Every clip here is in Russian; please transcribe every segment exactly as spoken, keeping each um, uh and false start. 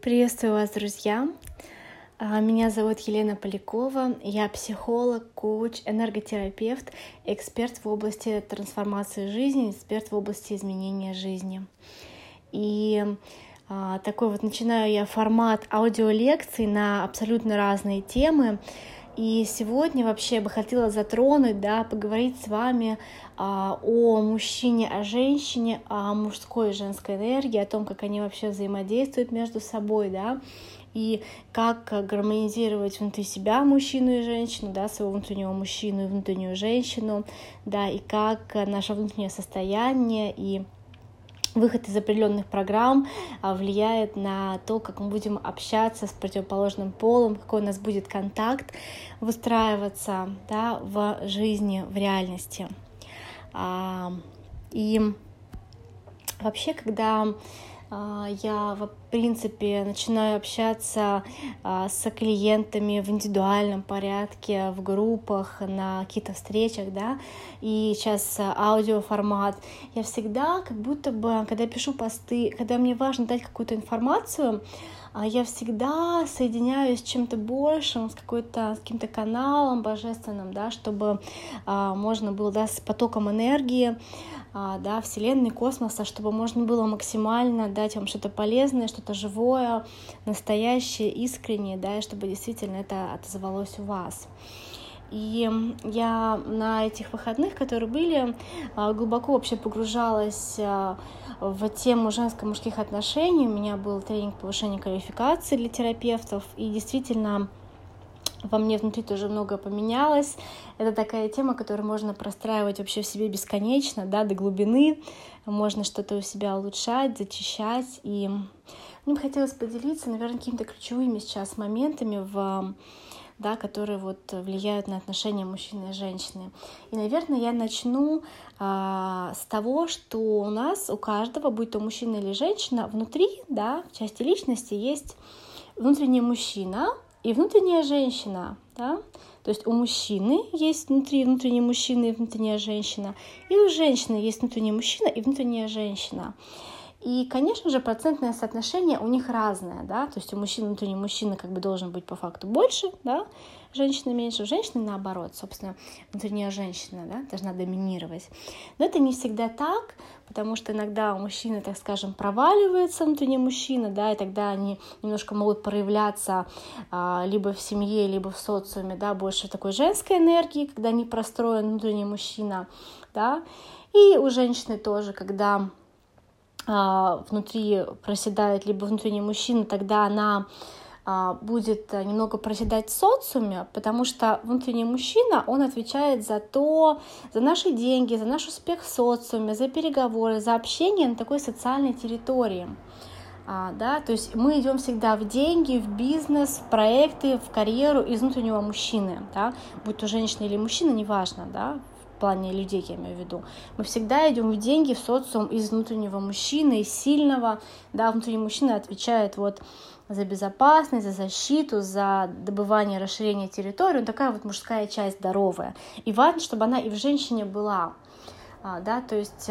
Приветствую вас, друзья! Меня зовут Елена Полякова, я психолог, коуч, энерготерапевт, эксперт в области трансформации жизни, эксперт в области изменения жизни. И а, такой вот начинаю я формат аудиолекций на абсолютно разные темы. И сегодня вообще бы хотела затронуть, да, поговорить с вами а, о мужчине, о женщине, о мужской и женской энергии, о том, как они вообще взаимодействуют между собой, да, и как гармонизировать внутри себя мужчину и женщину, да, своего внутреннего мужчину и внутреннюю женщину, да, и как наше внутреннее состояние и выход из определенных программ влияет на то, как мы будем общаться с противоположным полом, какой у нас будет контакт выстраиваться, да, в жизни, в реальности. И вообще, когда я, в принципе, начинаю общаться с клиентами в индивидуальном порядке, в группах, на каких-то встречах, да, и сейчас аудиоформат, я всегда как будто бы, когда я пишу посты, когда мне важно дать какую-то информацию, я всегда соединяюсь с чем-то большим, с, какой-то, с каким-то каналом божественным, да, чтобы а, можно было, да, с потоком энергии, а, да, Вселенной, космоса, чтобы можно было максимально дать вам что-то полезное, что-то живое, настоящее, искреннее, да, и чтобы действительно это отозвалось у вас. И я на этих выходных, которые были, глубоко вообще погружалась в тему женско-мужских отношений. У меня был тренинг повышения квалификации для терапевтов, и действительно во мне внутри тоже многое поменялось. Это такая тема, которую можно простраивать вообще в себе бесконечно, да, до глубины. Можно что-то у себя улучшать, зачищать. И мне бы хотелось поделиться, наверное, какими-то ключевыми сейчас моментами в да, которые вот влияют на отношения мужчины и женщины. И, наверное, я начну а, с того, что у нас, у каждого, будь то мужчина или женщина, внутри, да, в части личности есть внутренний мужчина и внутренняя женщина, да. То есть у мужчины есть внутри внутренний мужчина и внутренняя женщина, и у женщины есть внутренний мужчина и внутренняя женщина. И, конечно же, процентное соотношение у них разное, да, то есть у мужчин внутренний мужчина как бы должен быть по факту больше, да, женщины меньше, у женщины наоборот, собственно, внутренняя женщина, да, должна доминировать. Но это не всегда так, потому что иногда у мужчины, так скажем, проваливается внутренний мужчина, да, и тогда они немножко могут проявляться а, либо в семье, либо в социуме, да, больше такой женской энергии, когда не простроен внутренний мужчина, да, и у женщины тоже, когда внутри проседает либо внутренний мужчина, тогда она а, будет немного проседать в социуме, потому что внутренний мужчина, он отвечает за то, за наши деньги, за наш успех в социуме, за переговоры, за общение на такой социальной территории. А, да, то есть мы идем всегда в деньги, в бизнес, в проекты, в карьеру из внутреннего мужчины, да, будь то женщина или мужчина, неважно, да, в плане людей, я имею в виду. Мы всегда идем в деньги, в социум из внутреннего мужчины, из сильного, да, внутренний мужчина отвечает вот за безопасность, за защиту, за добывание, расширение территории, он такая вот мужская часть здоровая. И важно, чтобы она и в женщине была, а, да, то есть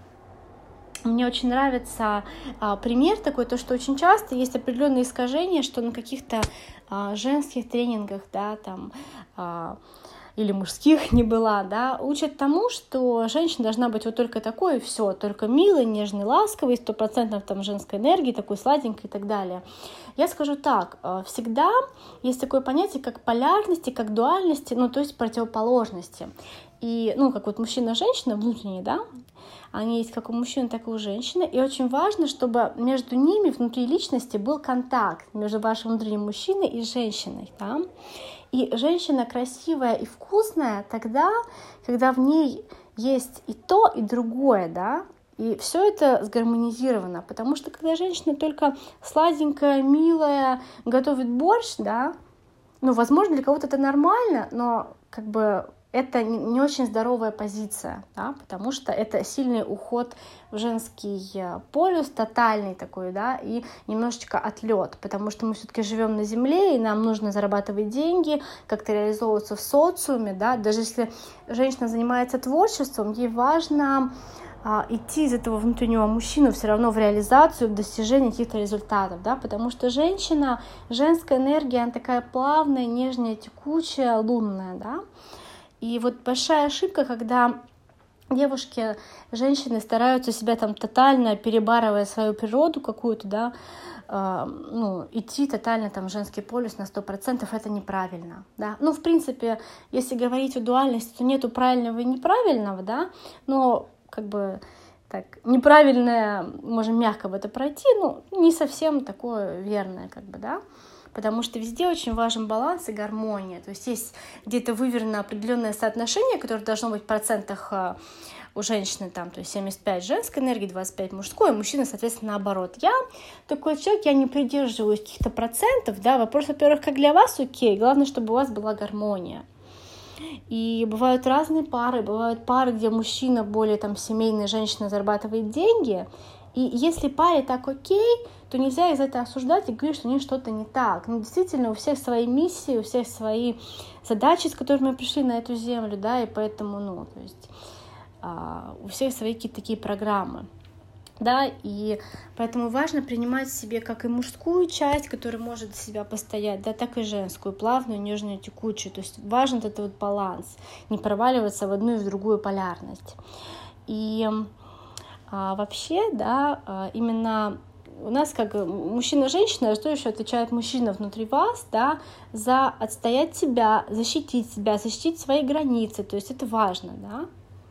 мне очень нравится а, пример такой, то, что очень часто есть определенные искажения, что на каких-то а, женских тренингах, да, там, а, или мужских не была, да, учат тому, что женщина должна быть вот только такой, и все, только милой, нежной, ласковой, сто процентов там женской энергии, такой сладенькой и так далее. Я скажу так, всегда есть такое понятие, как полярности, как дуальности, ну, то есть противоположности. И, ну, как вот мужчина и женщина внутренние, да, они есть как у мужчины, так и у женщины. И очень важно, чтобы между ними, внутри личности, был контакт между вашим внутренним мужчиной и женщиной, да. И женщина красивая и вкусная тогда, когда в ней есть и то, и другое, да, и все это сгармонизировано, потому что когда женщина только сладенькая, милая, готовит борщ, да, ну, возможно, для кого-то это нормально, но как бы это не очень здоровая позиция, да, потому что это сильный уход в женский полюс, тотальный такой, да, и немножечко отлет, потому что мы все-таки живем на земле, и нам нужно зарабатывать деньги, как-то реализовываться в социуме, да, даже если женщина занимается творчеством, ей важно а, идти из этого внутреннего мужчины все равно в реализацию, в достижение каких-то результатов, да, потому что женщина, женская энергия, она такая плавная, нежная, текучая, лунная, да, и вот большая ошибка, когда девушки, женщины стараются себя там тотально, перебарывая свою природу какую-то, да, э, ну, идти тотально там в женский полюс на сто процентов, это неправильно, да. Ну, в принципе, если говорить о дуальности, то нету правильного и неправильного, да, но как бы так неправильное, можем мягко в это пройти, ну, не совсем такое верное, как бы, да. Потому что везде очень важен баланс и гармония. То есть есть где-то выверено определенное соотношение, которое должно быть в процентах у женщины, там, то есть семьдесят пять женской энергии, двадцать пять мужской, а мужчина, соответственно, наоборот. Я такой человек, я не придерживаюсь каких-то процентов, да, вопрос, во-первых, как для вас окей, главное, чтобы у вас была гармония. И бывают разные пары, бывают пары, где мужчина более там семейный, женщина зарабатывает деньги, и если паре так окей, то нельзя их за это осуждать и говорить, что у них что-то не так. Но действительно, у всех свои миссии, у всех свои задачи, с которыми мы пришли на эту землю, да, и поэтому, ну, то есть а, у всех свои какие-то такие программы, да, и поэтому важно принимать в себе как и мужскую часть, которая может за себя постоять, да, так и женскую, плавную, нежную, текучую. То есть важен этот вот баланс, не проваливаться в одну и в другую полярность. И а, вообще, да, именно у нас как мужчина и женщина, что еще отвечает мужчина внутри вас, да, за отстоять себя, защитить себя, защитить свои границы, то есть это важно, да,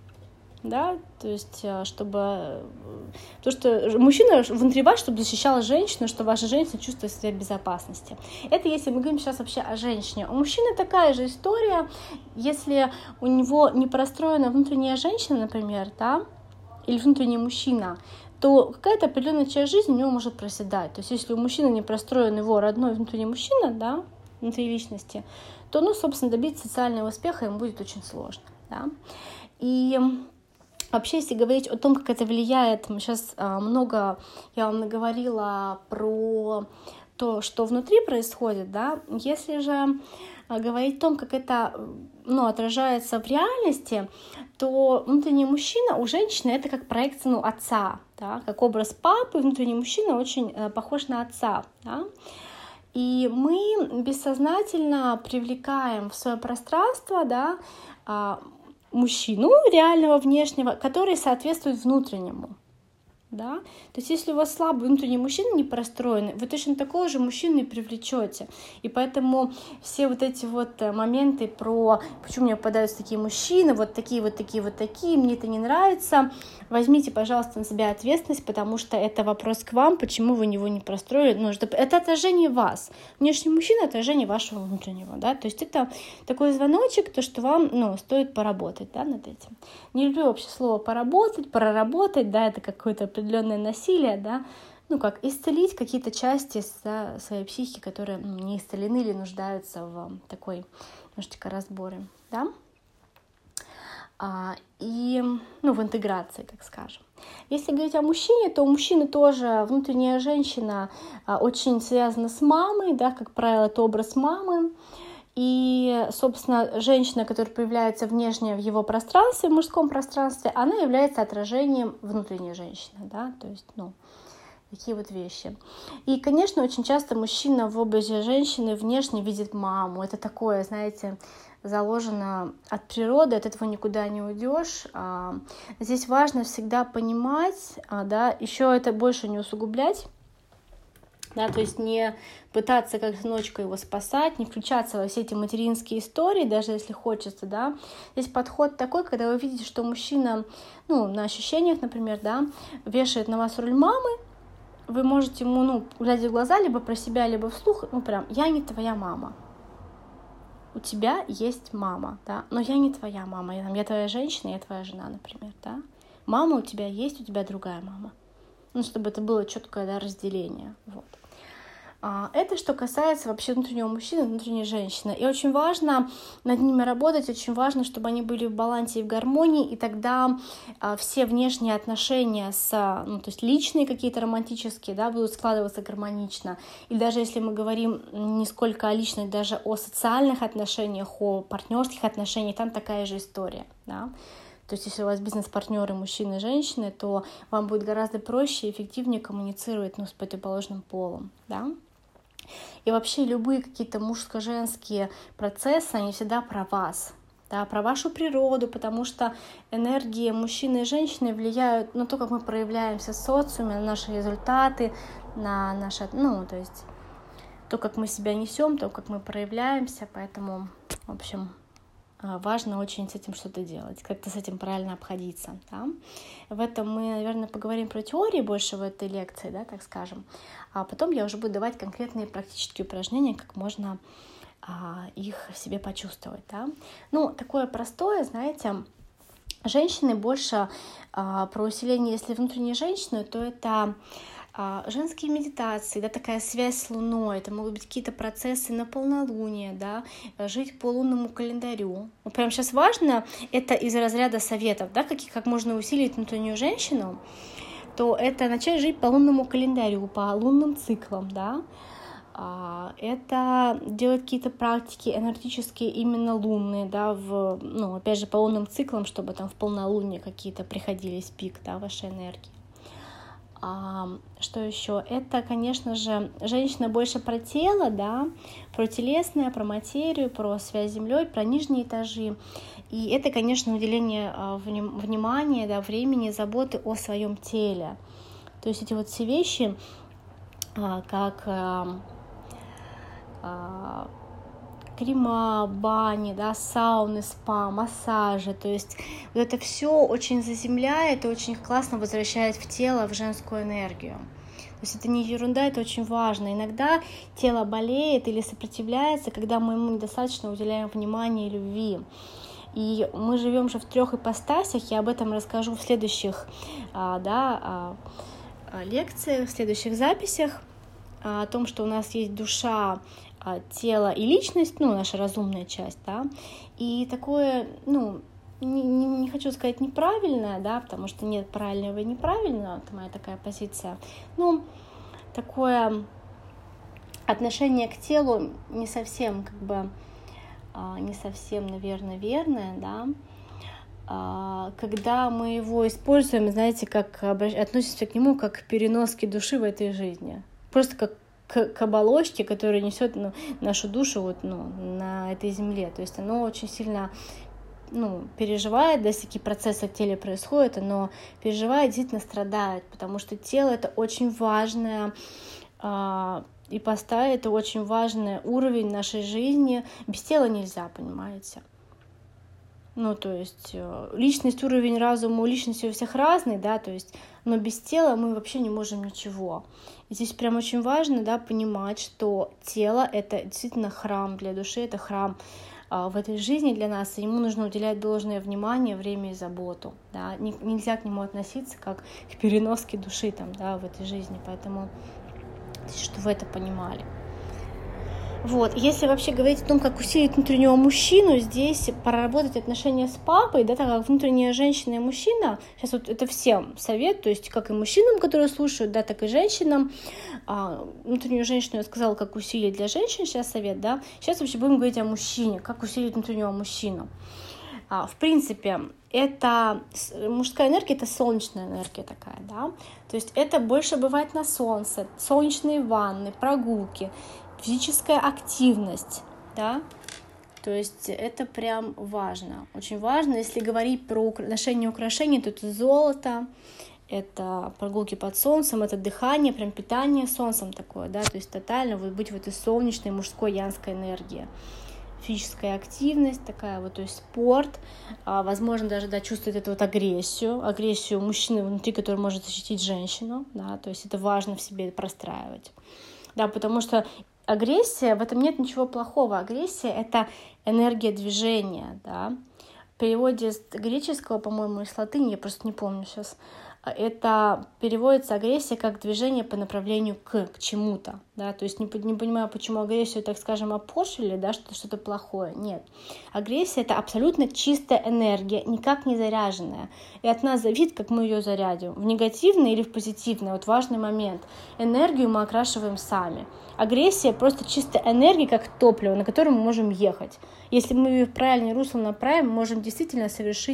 да, то есть чтобы, то, что мужчина внутри вас, чтобы защищала женщину, чтобы ваша женщина чувствовала себя в безопасности. Это если мы говорим сейчас вообще о женщине. У мужчины такая же история, если у него не простроена внутренняя женщина, например, да, или внутренний мужчина, то какая-то определенная часть жизни у него может проседать. То есть если у мужчины не простроен его родной внутренний мужчина, да, внутри личности, то, ну, собственно, добиться социального успеха ему будет очень сложно, да. И вообще, если говорить о том, как это влияет, мы сейчас много, я вам наговорила про то, что внутри происходит, да, если же говорить о том, как это, ну, отражается в реальности, то внутренний мужчина у женщины это как проекция, ну, отца, да, как образ папы, внутренний мужчина очень э, похож на отца, да, и мы бессознательно привлекаем в свое пространство, да, э, мужчину реального внешнего, который соответствует внутреннему. Да? То есть если у вас слабый внутренний мужчина не простроенный, вы точно такого же мужчину и привлечете. И поэтому все вот эти вот моменты про почему мне попадаются такие мужчины, вот такие, вот такие, вот такие, мне это не нравится, возьмите, пожалуйста, на себя ответственность, потому что это вопрос к вам, почему вы него не простроили. Ну, это отражение вас. Внешний мужчина — отражение вашего внутреннего. Да? То есть это такой звоночек, то, что вам, ну, стоит поработать, да, над этим. Не люблю вообще слово «поработать», «проработать», да, это какое-то определенное насилие, да, ну как исцелить какие-то части да, своей психики, которые ну, не исцелены или нуждаются в такой немножечко разборе, да, а, и ну в интеграции, так скажем. Если говорить о мужчине, то у мужчины тоже внутренняя женщина а, очень связана с мамой, да, как правило, это образ мамы. И, собственно, женщина, которая появляется внешне в его пространстве, в мужском пространстве, она является отражением внутренней женщины, да, то есть, ну, такие вот вещи. И, конечно, очень часто мужчина в образе женщины внешне видит маму. Это такое, знаете, заложено от природы, от этого никуда не уйдешь. Здесь важно всегда понимать, да, еще это больше не усугублять. Да, то есть не пытаться как сыночка его спасать, не включаться во все эти материнские истории, даже если хочется, да. Здесь подход такой, когда вы видите, что мужчина, ну, на ощущениях, например, да, вешает на вас роль мамы, вы можете ему, ну, глядя в глаза, либо про себя, либо вслух, ну, прям, я не твоя мама. У тебя есть мама, да, но я не твоя мама, я, там, я твоя женщина, я твоя жена, например, да. Мама у тебя есть, у тебя другая мама. Ну, чтобы это было четкое, да, разделение, вот. Это что касается вообще внутреннего мужчины, внутренней женщины. И очень важно над ними работать, очень важно, чтобы они были в балансе и в гармонии, и тогда все внешние отношения, с, ну, то есть личные какие-то романтические, да, будут складываться гармонично. И даже если мы говорим не сколько о личных, даже о социальных отношениях, о партнерских отношениях, там такая же история, да. То есть если у вас бизнес-партнеры мужчины и женщины, то вам будет гораздо проще и эффективнее коммуницировать, ну, с противоположным полом, да. И вообще любые какие-то мужско-женские процессы, они всегда про вас, да, про вашу природу, потому что энергии мужчины и женщины влияют на то, как мы проявляемся в социуме, на наши результаты, на наши, ну, то есть то, как мы себя несем, то, как мы проявляемся, поэтому, в общем, важно очень с этим что-то делать, как-то с этим правильно обходиться. Да? В этом мы, наверное, поговорим про теории больше в этой лекции, да, так скажем. А потом я уже буду давать конкретные практические упражнения, как можно а, их в себе почувствовать. Да? Ну, такое простое, знаете, женщины больше а, про усиление, если внутренней женщины, то это женские медитации, да, такая связь с Луной, это могут быть какие-то процессы на полнолуние, да, жить по лунному календарю. Вот прямо сейчас важно, это из разряда советов, да, как, как можно усилить внутреннюю женщину, то это начать жить по лунному календарю, по лунным циклам, да, это делать какие-то практики энергетические именно лунные, да, в, ну, опять же, по лунным циклам, чтобы там в полнолуние какие-то приходились пик, да, вашей энергии. А, что еще? Это, конечно же, женщина больше про тело, да, про телесное, про материю, про связь с землей, про нижние этажи. И это, конечно, уделение а, вним, внимания, да, времени, заботы о своем теле. То есть эти вот все вещи, а, как а, а, крема, бани, да, сауны, спа, массажи, то есть вот это все очень заземляет и очень классно возвращает в тело, в женскую энергию. То есть это не ерунда, это очень важно. Иногда тело болеет или сопротивляется, когда мы ему недостаточно уделяем внимания и любви. И мы живем же в трех ипостасях, я об этом расскажу в следующих да, лекциях, в следующих записях, о том, что у нас есть душа, тело и личность, ну, наша разумная часть, да, и такое, ну, не, не, не хочу сказать неправильное, да, потому что нет правильного и неправильного, это моя такая позиция, ну, такое отношение к телу не совсем, как бы, не совсем, наверное, верное, да, когда мы его используем, знаете, как относимся к нему как к переноске души в этой жизни, просто как К, к оболочке, которая несет ну, нашу душу вот, ну, на этой земле. То есть оно очень сильно ну, переживает, да, если такие процессы в теле происходят, оно переживает, действительно страдает, потому что тело — это очень важное э, ипостась, это очень важный уровень нашей жизни. Без тела нельзя, понимаете? Ну, то есть личность, уровень разума у личности у всех разный, да, то есть, но без тела мы вообще не можем ничего. И здесь прям очень важно, да, понимать, что тело — это действительно храм для души, это храм а, в этой жизни для нас, и ему нужно уделять должное внимание, время и заботу, да, нельзя к нему относиться как к переноске души там, да, в этой жизни, поэтому, чтобы вы это понимали. Вот, если вообще говорить о том, как усилить внутреннего мужчину, здесь проработать отношения с папой, да, так как внутренняя женщина и мужчина, сейчас вот это всем совет, то есть как и мужчинам, которые слушают, да, так и женщинам, а, внутреннюю женщину я сказала, как усилить для женщин, сейчас совет, да, сейчас вообще будем говорить о мужчине, как усилить внутреннего мужчину. А, в принципе, это мужская энергия, это солнечная энергия такая, да, то есть это больше бывает на солнце, солнечные ванны, прогулки, физическая активность, да, то есть это прям важно, очень важно. Если говорить про ношение украшений, то это золото, это прогулки под солнцем, это дыхание, прям питание солнцем такое, да, то есть тотально вот быть в этой солнечной мужской янской энергии. Физическая активность такая вот, то есть спорт, а, возможно даже, да, чувствовать эту вот агрессию, агрессию мужчины внутри, который может защитить женщину, да, то есть это важно в себе простраивать, да, потому что агрессия, в этом нет ничего плохого. Агрессия — это энергия движения, да. В переводе с греческого, по-моему, из латыни, я просто не помню сейчас, это переводится агрессия как движение по направлению к, к чему-то, да, то есть не, не понимаю, почему агрессию, так скажем, опошлили, да, что что-то плохое, нет. Агрессия — это абсолютно чистая энергия, никак не заряженная, и от нас зависит, как мы ее зарядим, в негативное или в позитивное, вот важный момент. Энергию мы окрашиваем сами. Агрессия — просто чистая энергия, как топливо, на котором мы можем ехать. Если мы ее в правильное русло направим, мы можем действительно совершить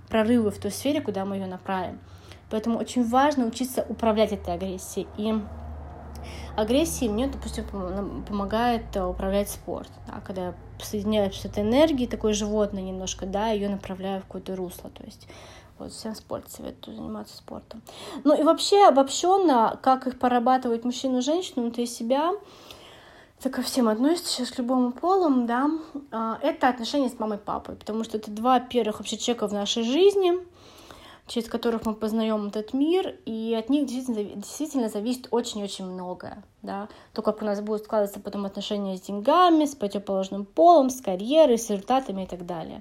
прорывы в той сфере, куда мы ее направим. Поэтому очень важно учиться управлять этой агрессией. И агрессией мне, допустим, помогает управлять спорт. Да, когда я соединяюсь с этой энергией, такой животной немножко, да, ее направляю в какое-то русло. То есть вот всем спорт советую заниматься спортом. Ну и вообще обобщенно, как их порабатывать мужчину и женщину, внутри себя, это ко всем относится, сейчас к любому полу, да, это отношения с мамой и папой, потому что это два первых вообще человека в нашей жизни, через которых мы познаем этот мир, и от них действительно, действительно зависит очень-очень многое, да, то, как у нас будут складываться потом отношения с деньгами, с противоположным полом, с карьерой, с результатами и так далее.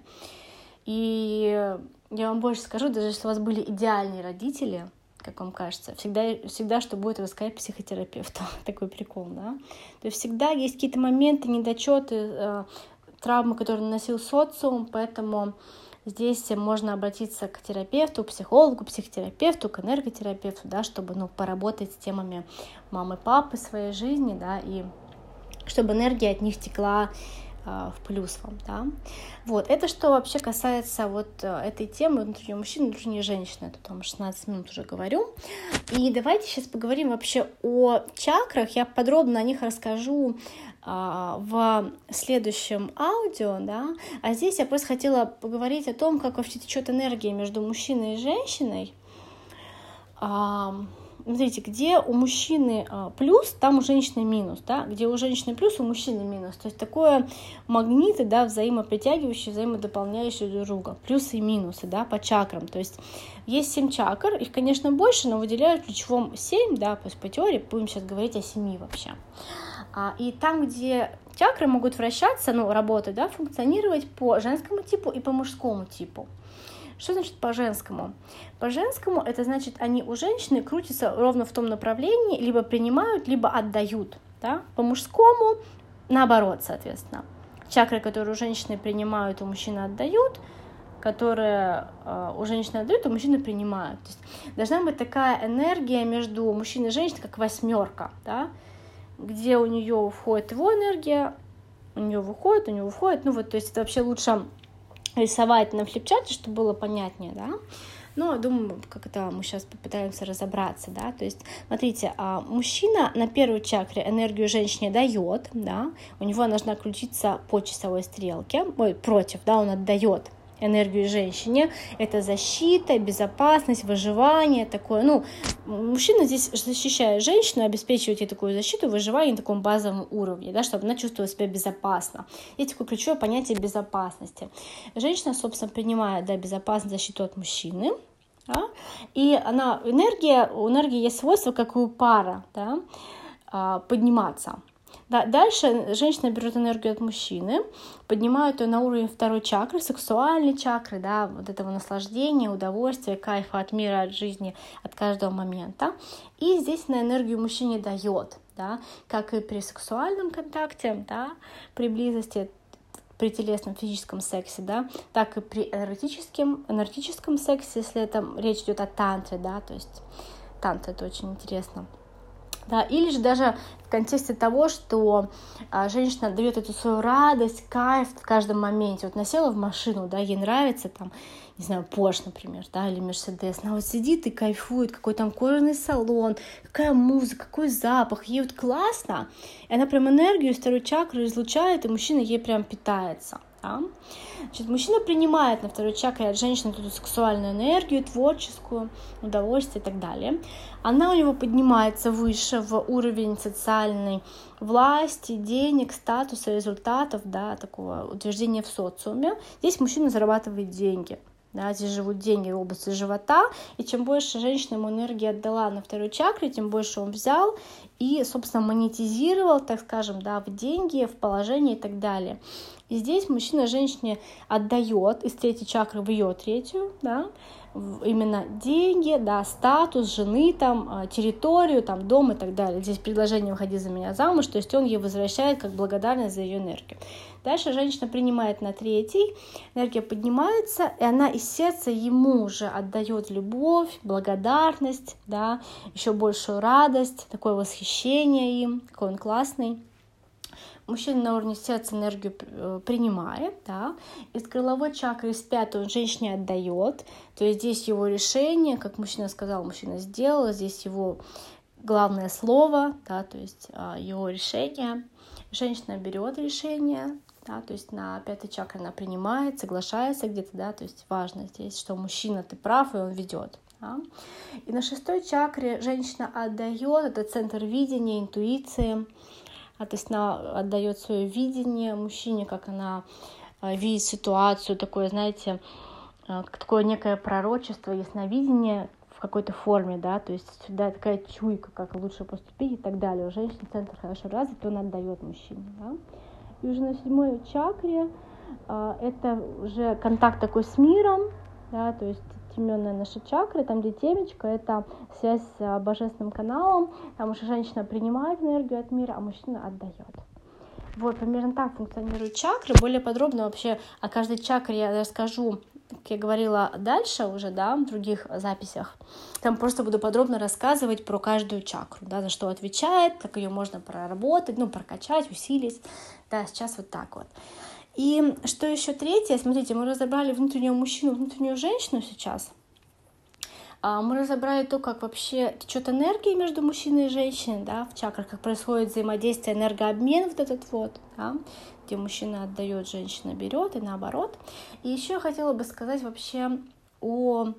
И я вам больше скажу, даже если у вас были идеальные родители, как вам кажется, всегда, всегда что будет рассказать психотерапевту. Такой прикол, да? То есть всегда есть какие-то моменты, недочеты, э, травмы, которые наносил социум, поэтому здесь можно обратиться к терапевту, к психологу, к психотерапевту, к энерготерапевту, да, чтобы, ну, поработать с темами мамы, папы своей жизни, да, и чтобы энергия от них текла в плюс вам, да. Вот, это что вообще касается вот этой темы внутреннего мужчины, внутренней женщины. Тут вам шестнадцать минут уже говорю. И давайте сейчас поговорим вообще о чакрах. Я подробно о них расскажу а, в следующем аудио, да. А здесь я просто хотела поговорить о том, как вообще течет энергия между мужчиной и женщиной. А, Смотрите, где у мужчины плюс, там у женщины минус, да, где у женщины плюс, у мужчины минус. То есть такое магниты, да, взаимопритягивающие, взаимодополняющие друг друга, плюсы и минусы, да, по чакрам. То есть есть семь чакр, их, конечно, больше, но выделяют ключевом семь, да, то есть по теории будем сейчас говорить о семи вообще. И там, где чакры могут вращаться, ну, работать, да, функционировать по женскому типу и по мужскому типу. Что значит по-женскому? По-женскому это значит, они у женщины крутятся ровно в том направлении, либо принимают, либо отдают. Да? По-мужскому наоборот, соответственно. Чакры, которые у женщины принимают, у мужчины отдают, которые э, у женщины отдают, у мужчины принимают. То есть должна быть такая энергия между мужчиной и женщиной, как восьмерка, да? Где у нее входит его энергия, у нее выходит, у него выходит. Ну вот, то есть это вообще лучше рисовать на флипчарте, чтобы было понятнее, да. Но думаю, как это мы сейчас попытаемся разобраться, да. То есть, смотрите, мужчина на первой чакре энергию женщине дает, да, у него она должна крутиться по часовой стрелке, ой, против, да, он отдает энергию женщине, это защита, безопасность, выживание, такое, ну, мужчина здесь защищает женщину, обеспечивает ей такую защиту, выживание на таком базовом уровне, да, чтобы она чувствовала себя безопасно. Есть такое ключевое понятие безопасности. Женщина, собственно, принимает, да, безопасность, защиту от мужчины, да, и она, энергия, у энергии есть свойство, как и у пара, да, подниматься. Да, дальше женщина берет энергию от мужчины, поднимает ее на уровень второй чакры, сексуальной чакры, да, вот этого наслаждения, удовольствия, кайфа от мира, от жизни, от каждого момента. И здесь на энергию мужчине дает, да, как и при сексуальном контакте, да, при близости, при телесном физическом сексе, да, так и при эротическом, энергетическом сексе, если это речь идет о тантре, да, то есть тантра — это очень интересно. Да, или же даже в контексте того, что а, женщина дает эту свою радость, кайф в каждом моменте. Вот она села в машину, да, ей нравится там, не знаю, Porsche, например, да, или Mercedes. Она вот сидит и кайфует, какой там кожаный салон, какая музыка, какой запах. Ей вот классно. И она прям энергию из второй чакры излучает, и мужчина ей прям питается. Да? Значит, мужчина принимает на второй чакре от женщины эту сексуальную энергию, творческую, удовольствие и так далее. Она у него поднимается выше в уровень социальной власти, денег, статуса, результатов, да, такого утверждения в социуме. Здесь мужчина зарабатывает деньги. Да, здесь живут деньги в области живота, и чем больше женщина ему энергии отдала на второй чакре, тем больше он взял и, собственно, монетизировал, так скажем, да, в деньги, в положение и так далее. И здесь мужчина женщине отдает из третьей чакры в ее третью, да, именно деньги, да, статус жены, там, территорию, там, дом и так далее. Здесь предложение «выходи за меня замуж», то есть он ей возвращает как благодарность за ее энергию. Дальше женщина принимает на третий, энергия поднимается, и она из сердца ему уже отдает любовь, благодарность, да, еще большую радость, такое восхищение им, какой он классный. Мужчина на уровне сердца энергию принимает, да, из крыловой чакры, из пятой он женщине отдает, то есть здесь его решение, как мужчина сказал, мужчина сделал, здесь его главное слово, да, то есть его решение, женщина берет решение, да, то есть на пятой чакре она принимает, соглашается где-то, да, то есть важно здесь, что мужчина, ты прав, и он ведет. Да. И на шестой чакре женщина отдает, это центр видения, интуиции, а, то есть она отдает свое видение мужчине, как она а, видит ситуацию, такое, знаете, а, такое некое пророчество, ясновидение в какой-то форме, да, то есть сюда такая чуйка, как лучше поступить и так далее. У женщины центр хорошо развит, он отдает мужчине, да. И уже на седьмой чакре а, это уже контакт такой с миром, да, то есть теменная наша чакра, там где темечко, это связь с божественным каналом, там уже женщина принимает энергию от мира, а мужчина отдает. Вот, примерно так функционируют чакры. Более подробно вообще о каждой чакре я расскажу, как я говорила дальше уже, да, в других записях. Там просто буду подробно рассказывать про каждую чакру, да, за что отвечает, как ее можно проработать, ну, прокачать, усилить. Да, сейчас вот так вот. И что еще третье, смотрите, мы разобрали внутреннего мужчину, внутреннюю женщину сейчас. Мы разобрали то, как вообще течет энергия между мужчиной и женщиной, да, в чакрах, как происходит взаимодействие, энергообмен вот этот вот, да, где мужчина отдает, женщина берет и наоборот. И еще я хотела бы сказать вообще о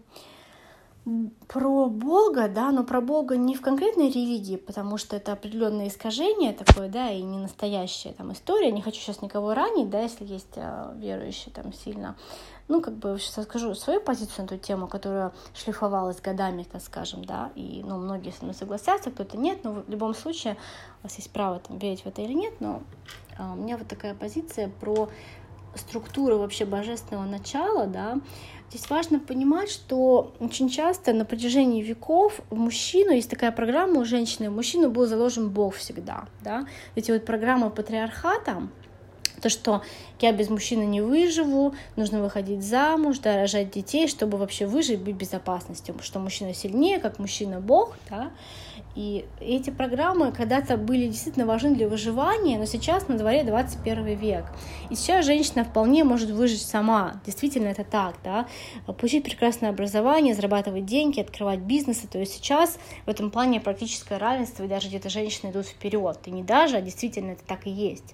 про Бога, да, но про Бога не в конкретной религии, потому что это определенное искажение такое, да, и не настоящая там история. Не хочу сейчас никого ранить, да, если есть а, верующие там сильно. Ну, как бы сейчас скажу свою позицию на эту тему, которая шлифовалась годами, так скажем, да, и, ну, многие со мной согласятся, кто-то нет, но в любом случае у вас есть право там верить в это или нет, но а, у меня вот такая позиция про структуру вообще божественного начала, да. Здесь важно понимать, что очень часто на протяжении веков в мужчину, есть такая программа у женщины, в мужчину был заложен Бог всегда, да. Эти вот программы патриархата, то, что я без мужчины не выживу, нужно выходить замуж, да, рожать детей, чтобы вообще выжить, быть в безопасности, потому что мужчина сильнее, как мужчина Бог, да. И эти программы когда-то были действительно важны для выживания, но сейчас на дворе двадцать первый век. И сейчас женщина вполне может выжить сама. Действительно это так, да. Получить прекрасное образование, зарабатывать деньги, открывать бизнесы. То есть сейчас в этом плане практическое равенство, и даже где-то женщины идут вперед. И не даже, а действительно это так и есть.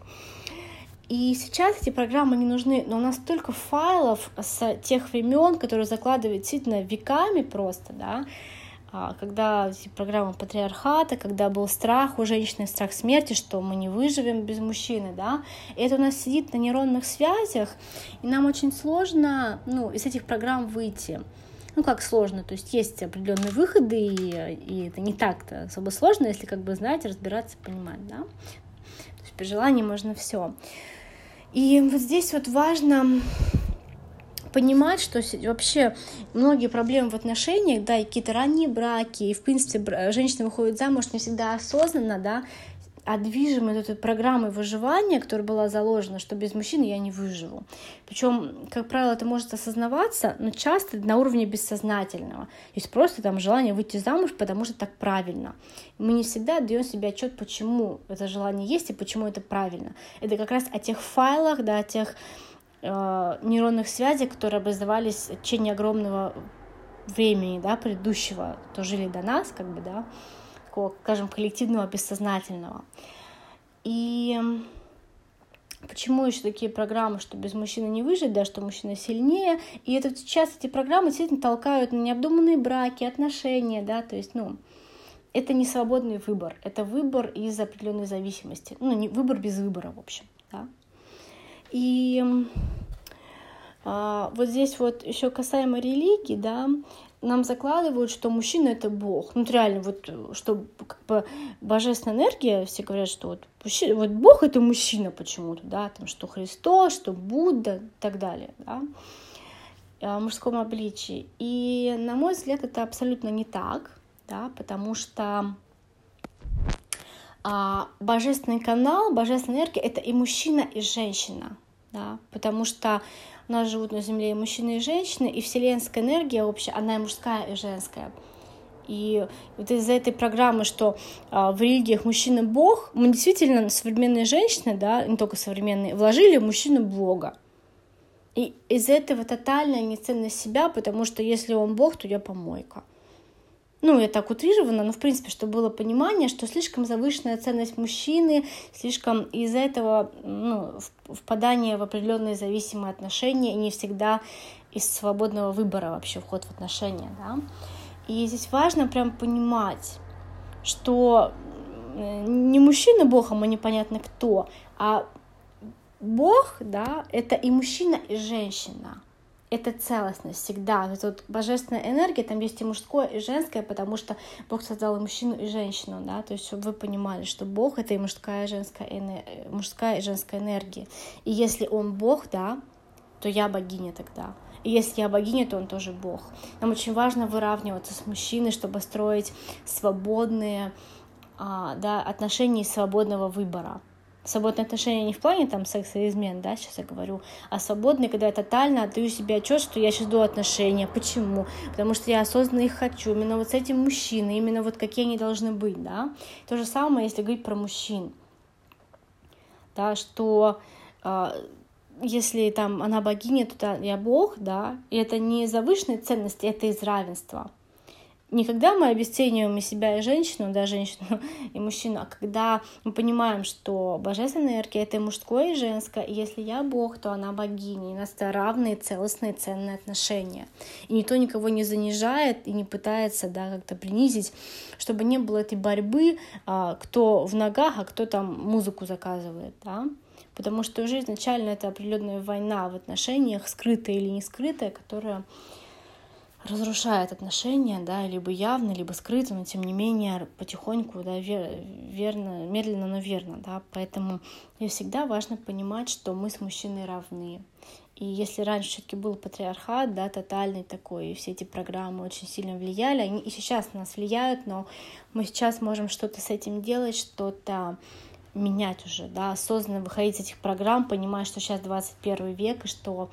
И сейчас эти программы не нужны, но у нас столько файлов с тех времен, которые закладывают действительно веками просто, да, когда эти программы патриархата, когда был страх у женщины, страх смерти, что мы не выживем без мужчины, да, и это у нас сидит на нейронных связях, и нам очень сложно, ну, из этих программ выйти. Ну, как сложно, то есть есть определенные выходы, и, и это не так-то особо сложно, если как бы знать, разбираться, понимать, да. То есть при желании можно все. И вот здесь вот важно понимать, что вообще многие проблемы в отношениях, да, и какие-то ранние браки, и, в принципе, женщина выходит замуж не всегда осознанно, да, а движимой этой программой выживания, которая была заложена, что без мужчины я не выживу. Причем, как правило, это может осознаваться, но часто на уровне бессознательного. Есть просто там желание выйти замуж, потому что так правильно. Мы не всегда даем себе отчет, почему это желание есть и почему это правильно. Это как раз о тех файлах, да, о тех э, нейронных связях, которые образовались в течение огромного времени, да, предыдущего, кто жили до нас, как бы, да, скажем, коллективного бессознательного. И почему еще такие программы, что без мужчины не выжить, да, что мужчина сильнее. И это сейчас эти программы действительно толкают на необдуманные браки, отношения, да, то есть, ну, это не свободный выбор, это выбор из определенной зависимости, ну, не выбор без выбора, в общем, да. И а, вот здесь вот еще касаемо религии, да, нам закладывают, что мужчина — это Бог. Ну, реально, вот, что как бы божественная энергия, все говорят, что вот, мужчина, вот Бог — это мужчина почему-то, да, там, что Христос, что Будда и так далее, да, в мужском обличии. И, на мой взгляд, это абсолютно не так, да, потому что а, божественный канал, божественная энергия — это и мужчина, и женщина, да, потому что у нас живут на Земле и мужчины, и женщины, и вселенская энергия общая, она и мужская, и женская. И вот из-за этой программы, что а, в религиях мужчина Бог, мы действительно, современные женщины, да, не только современные, вложили в мужчину Бога. И из-за этого тотальная неценность себя, потому что если он Бог, то я помойка. Ну, я так утрированно, но в принципе, чтобы было понимание, что слишком завышенная ценность мужчины, слишком из-за этого ну, впадание в определенные зависимые отношения, и не всегда из свободного выбора вообще вход в отношения, да. И здесь важно прям понимать, что не мужчина Бог, а мы непонятно кто, а Бог, да, это и мужчина, и женщина. Это целостность всегда. Это вот божественная энергия, там есть и мужское, и женское, потому что Бог создал и мужчину, и женщину, да, то есть чтобы вы понимали, что Бог — это и мужская, и женская, энергия, мужская и женская энергия. И если Он Бог, да, то я богиня тогда. И если я богиня, то Он тоже Бог. Нам очень важно выравниваться с мужчиной, чтобы строить свободные а, да, отношения и свободного выбора. Свободные отношения не в плане там секса и измен, да, сейчас я говорю, а свободные, когда я тотально отдаю себе отчет, что я сейчас жду отношения. Почему? Потому что я осознанно их хочу, именно вот с этим мужчиной, именно вот какие они должны быть, да. То же самое, если говорить про мужчин, да, что э, если там она богиня, то я Бог, да, и это не завышенные ценности, это из равенства. Не когда мы обесцениваем и себя, и женщину, да, женщину и мужчину, а когда мы понимаем, что божественная энергия — это и мужское, и женское, и если я Бог, то она богиня, и у нас это равные, целостные, ценные отношения. И никто никого не занижает и не пытается, да, как-то принизить, чтобы не было этой борьбы, кто в ногах, а кто там музыку заказывает, да. Потому что уже изначально это определенная война в отношениях, скрытая или не скрытая, которая разрушает отношения, да, либо явно, либо скрыто, но тем не менее потихоньку, да, верно, медленно, но верно, да, поэтому и всегда важно понимать, что мы с мужчиной равны. И если раньше все-таки был патриархат, да, тотальный такой, и все эти программы очень сильно влияли, они и сейчас на нас влияют, но мы сейчас можем что-то с этим делать, что-то менять уже, да, осознанно выходить из этих программ, понимая, что сейчас двадцать первый век, и что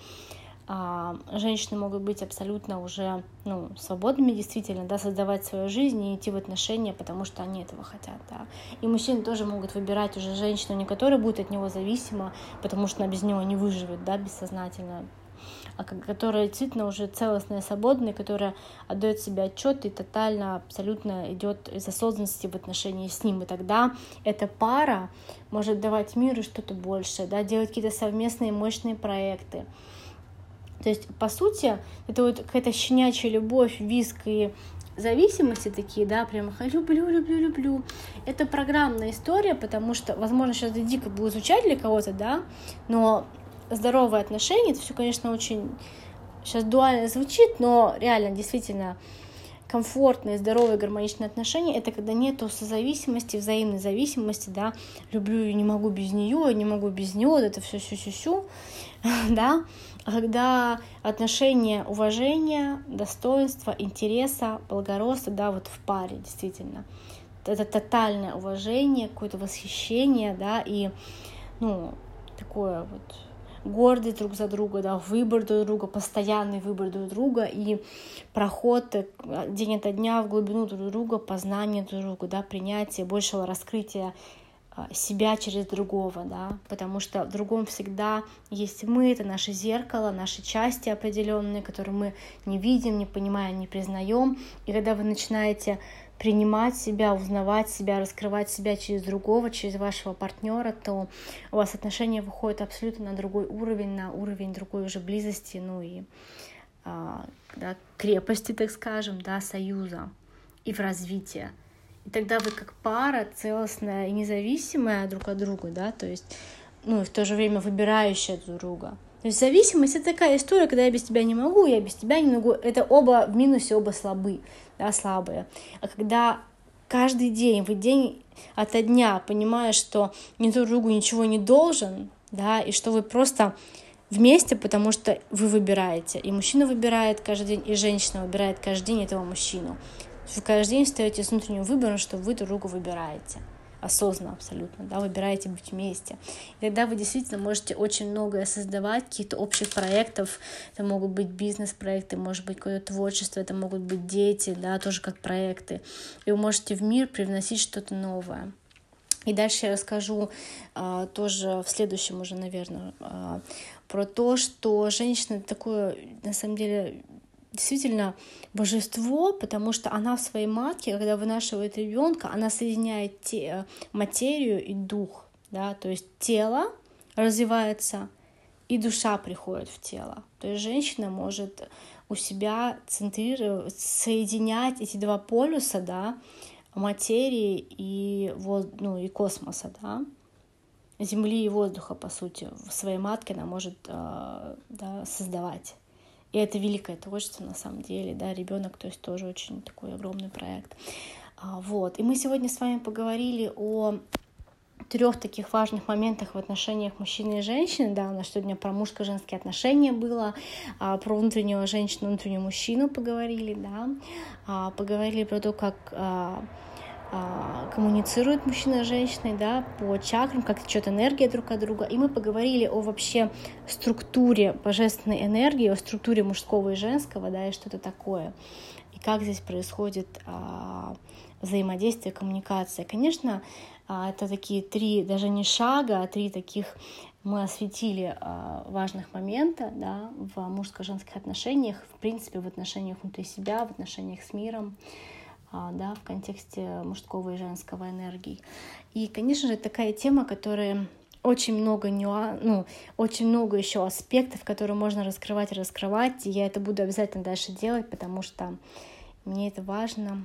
а, женщины могут быть абсолютно уже ну, свободными, действительно, да, создавать свою жизнь и идти в отношения, потому что они этого хотят, да. И мужчины тоже могут выбирать уже женщину, не которая будет от него зависима, потому что она без него не выживет, да, бессознательно, а которая действительно уже целостная, свободная, которая отдает себе отчет и тотально, абсолютно идет из осознанности в отношении с ним. И тогда эта пара может давать миру что-то большее, да, делать какие-то совместные мощные проекты. То есть, по сути, это вот какая-то щенячья любовь, визг и зависимости такие, да, прямо люблю, люблю, люблю. Это программная история, потому что, возможно, сейчас это дико будет звучать для кого-то, да, но здоровые отношения, это все, конечно, очень сейчас дуально звучит, но реально, действительно, комфортные, здоровые, гармоничные отношения — это когда нету созависимости, взаимной зависимости, да, люблю ее, не могу без нее, не могу без него, это все сю-сю-сю, да, а когда отношения уважения, достоинства, интереса, благородства, да, вот в паре, действительно, это тотальное уважение, какое-то восхищение, да, и, ну, такое вот гордость друг за друга, да, выбор друг друга, постоянный выбор друг друга и проход день ото дня в глубину друг друга, познание друг друга, да, принятие, большего раскрытия себя через другого, да, потому что в другом всегда есть мы, это наше зеркало, наши части определенные, которые мы не видим, не понимаем, не признаем, и когда вы начинаете принимать себя, узнавать себя, раскрывать себя через другого, через вашего партнера, то у вас отношения выходят абсолютно на другой уровень, на уровень другой уже близости, ну и а, да, крепости, так скажем, да, союза и в развитии. И тогда вы как пара целостная и независимая друг от друга, да, то есть, ну и в то же время выбирающая друг друга. То есть зависимость — это такая история, когда я без тебя не могу, я без тебя не могу. Это оба в минусе, оба слабы, да, слабые. А когда каждый день, вы день ото дня понимаешь, что ни друг другу ничего не должен, да, и что вы просто вместе, потому что вы выбираете. И мужчина выбирает каждый день, и женщина выбирает каждый день этого мужчину. Вы каждый день встаете с внутренним выбором, что вы друг друга выбираете. осознанно абсолютно, да, выбираете быть вместе. И тогда вы действительно можете очень многое создавать, каких-то общих проектов, это могут быть бизнес-проекты, может быть какое-то творчество, это могут быть дети, да, тоже как проекты. И вы можете в мир привносить что-то новое. И дальше я расскажу а, тоже в следующем уже, наверное, а, про то, что женщина такое, на самом деле, действительно божество, потому что она в своей матке, когда вынашивает ребенка, она соединяет те, материю и дух, да, то есть тело развивается, и душа приходит в тело. То есть женщина может у себя центрировать, соединять эти два полюса, да, материи и, ну, и космоса, да, земли и воздуха, по сути, в своей матке она может да, создавать. И это великое творчество на самом деле, да, ребенок, то есть тоже очень такой огромный проект. Вот. И мы сегодня с вами поговорили о трех таких важных моментах в отношениях мужчины и женщины. Да, у нас сегодня про мужско-женские отношения было, про внутреннюю женщину, внутреннюю мужчину поговорили, да, поговорили про то, как коммуницируют мужчина с женщиной, да, по чакрам, как течет энергия друг от друга. И мы поговорили о вообще структуре божественной энергии, о структуре мужского и женского, да, и что это такое, и как здесь происходит а, взаимодействие, коммуникация. Конечно, а, это такие три, даже не шага, а три таких мы осветили а, важных момента, да, в мужско-женских отношениях, в принципе, в отношениях внутри себя, в отношениях с миром, да, в контексте мужского и женского энергии. И, конечно же, такая тема, которая очень много нюан, ну, очень много еще аспектов, которые можно раскрывать и раскрывать. И я это буду обязательно дальше делать, потому что мне это важно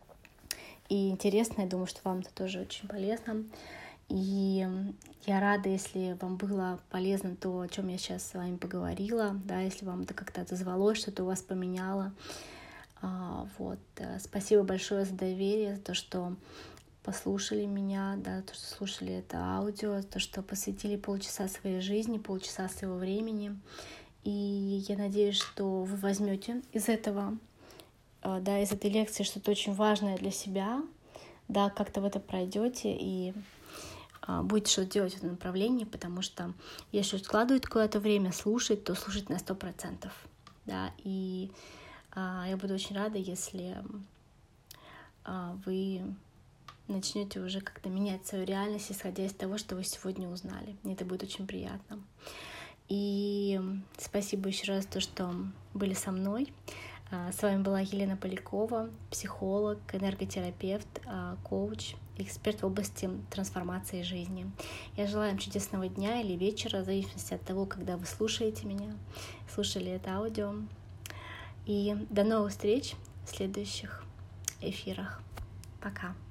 и интересно. Я думаю, что вам это тоже очень полезно. И я рада, если вам было полезно то, о чем я сейчас с вами поговорила, да, если вам это как-то отозвалось, что-то у вас поменяло. Вот. Спасибо большое за доверие, за то, что послушали меня, да, за то, что слушали это аудио, за то, что посвятили полчаса своей жизни, полчаса своего времени. И я надеюсь, что вы возьмете из этого, да, из этой лекции что-то очень важное для себя, да, как-то в это пройдете и будете что-то делать в этом направлении, потому что если откладывать какое-то время, слушать, то слушать на сто процентов, да, и я буду очень рада, если вы начнете уже как-то менять свою реальность, исходя из того, что вы сегодня узнали. Мне это будет очень приятно. И спасибо еще раз за то, что были со мной. С вами была Елена Полякова, психолог, энерготерапевт, коуч, эксперт в области трансформации жизни. Я желаю вам чудесного дня или вечера, в зависимости от того, когда вы слушаете меня, слушали это аудио. И до новых встреч в следующих эфирах. Пока.